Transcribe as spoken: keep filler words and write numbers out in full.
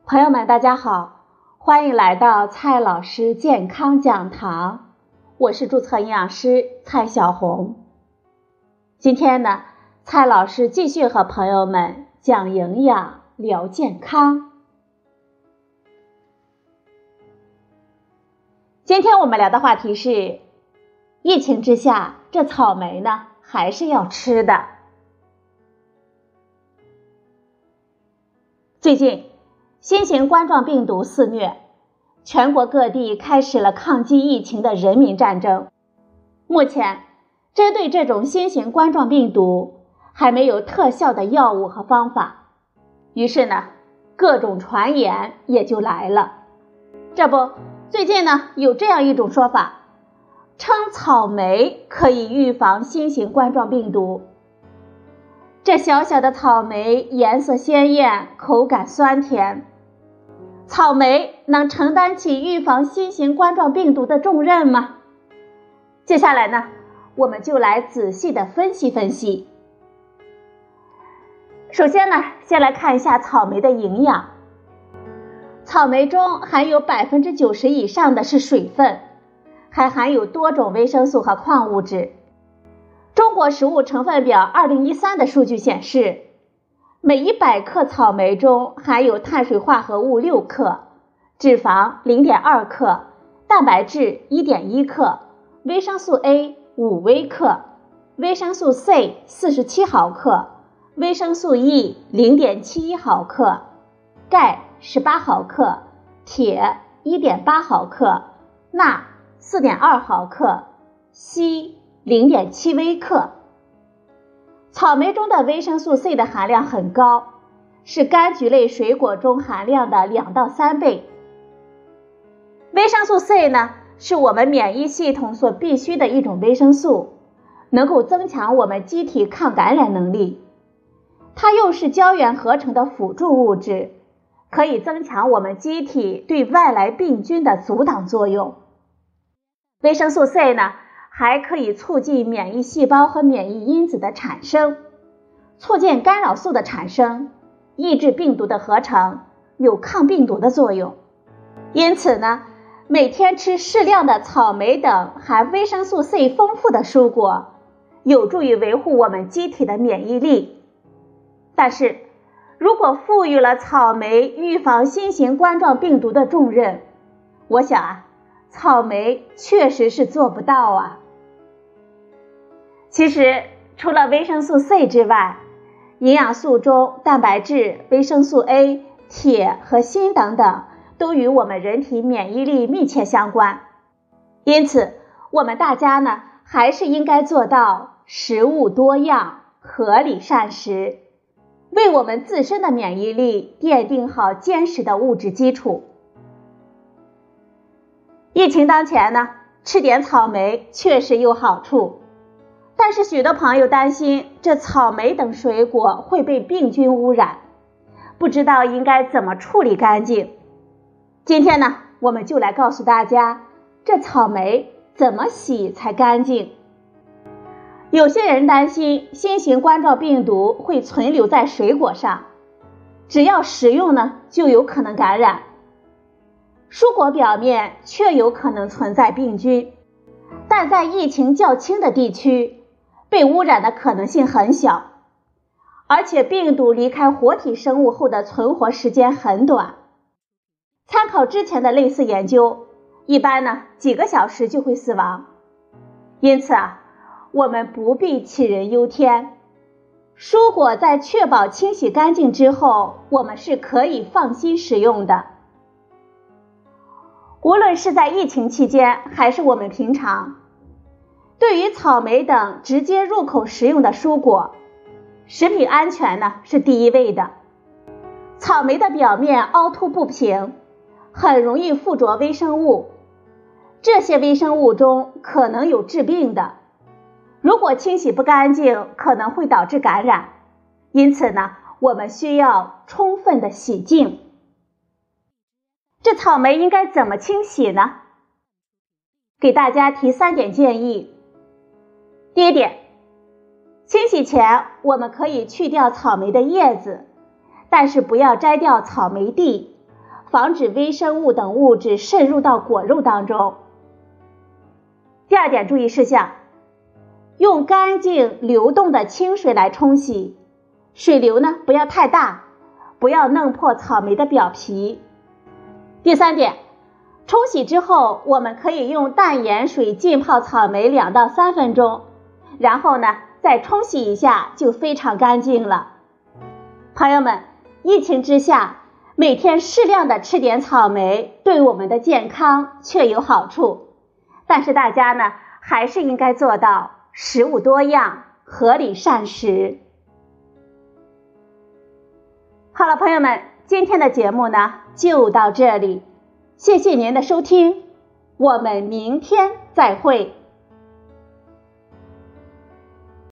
朋友们，大家好，欢迎来到蔡老师健康讲堂，我是注册营养师蔡小红。今天呢，蔡老师继续和朋友们讲营养聊健康。今天我们聊的话题是，疫情之下，这草莓呢还是要吃的。最近新型冠状病毒肆虐，全国各地开始了抗击疫情的人民战争。目前，针对这种新型冠状病毒，还没有特效的药物和方法，于是呢，各种传言也就来了。这不，最近呢，有这样一种说法，称草莓可以预防新型冠状病毒。这小小的草莓颜色鲜艳，口感酸甜。草莓能承担起预防新型冠状病毒的重任吗？接下来呢，我们就来仔细的分析分析。首先呢，先来看一下草莓的营养。草莓中含有 百分之九十 以上的是水分，还含有多种维生素和矿物质。中国食物成分表二零一三的数据显示，每一百克草莓中含有碳水化合物六克，脂肪 零点二克，蛋白质 一点一克，维生素 A 五微克，维生素 C 四十七毫克，维生素 E 零点七一毫克，钙十八毫克，铁 一点八毫克，钠 四点二毫克，硒 零点七微克。草莓中的维生素 C 的含量很高，是柑橘类水果中含量的两到三倍。维生素 C 呢，是我们免疫系统所必需的一种维生素，能够增强我们机体抗感染能力。它又是胶原合成的辅助物质，可以增强我们机体对外来病菌的阻挡作用。维生素 C 呢，还可以促进免疫细胞和免疫因子的产生，促进干扰素的产生，抑制病毒的合成，有抗病毒的作用。因此呢，每天吃适量的草莓等含维生素 C 丰富的蔬果，有助于维护我们机体的免疫力。但是，如果赋予了草莓预防新型冠状病毒的重任，我想啊，草莓确实是做不到啊。其实，除了维生素 C 之外，营养素中蛋白质、维生素 A、铁和锌等等都与我们人体免疫力密切相关。因此，我们大家呢，还是应该做到食物多样、合理膳食，为我们自身的免疫力奠定好坚实的物质基础。疫情当前呢，吃点草莓确实有好处。但是许多朋友担心这草莓等水果会被病菌污染，不知道应该怎么处理干净。今天呢，我们就来告诉大家，这草莓怎么洗才干净。有些人担心新型冠状病毒会存留在水果上，只要食用呢，就有可能感染。蔬果表面确有可能存在病菌，但在疫情较轻的地区，被污染的可能性很小，而且病毒离开活体生物后的存活时间很短。参考之前的类似研究，一般呢几个小时就会死亡。因此啊，我们不必杞人忧天。蔬果在确保清洗干净之后，我们是可以放心食用的。无论是在疫情期间，还是我们平常，对于草莓等直接入口食用的蔬果，食品安全呢是第一位的。草莓的表面凹凸不平，很容易附着微生物，这些微生物中可能有致病的，如果清洗不干净，可能会导致感染。因此呢，我们需要充分的洗净。这草莓应该怎么清洗呢？给大家提三点建议。第一点，清洗前我们可以去掉草莓的叶子，但是不要摘掉草莓蒂， 防止微生物等物质渗入到果肉当中。第二点注意事项，用干净流动的清水来冲洗，水流呢不要太大，不要弄破草莓的表皮。第三点，冲洗之后，我们可以用淡盐水浸泡草莓两到三分钟，然后呢再冲洗一下就非常干净了。朋友们，疫情之下，每天适量的吃点草莓对我们的健康确有好处，但是大家呢还是应该做到食物多样，合理膳食。好了，朋友们，今天的节目呢就到这里，谢谢您的收听，我们明天再会。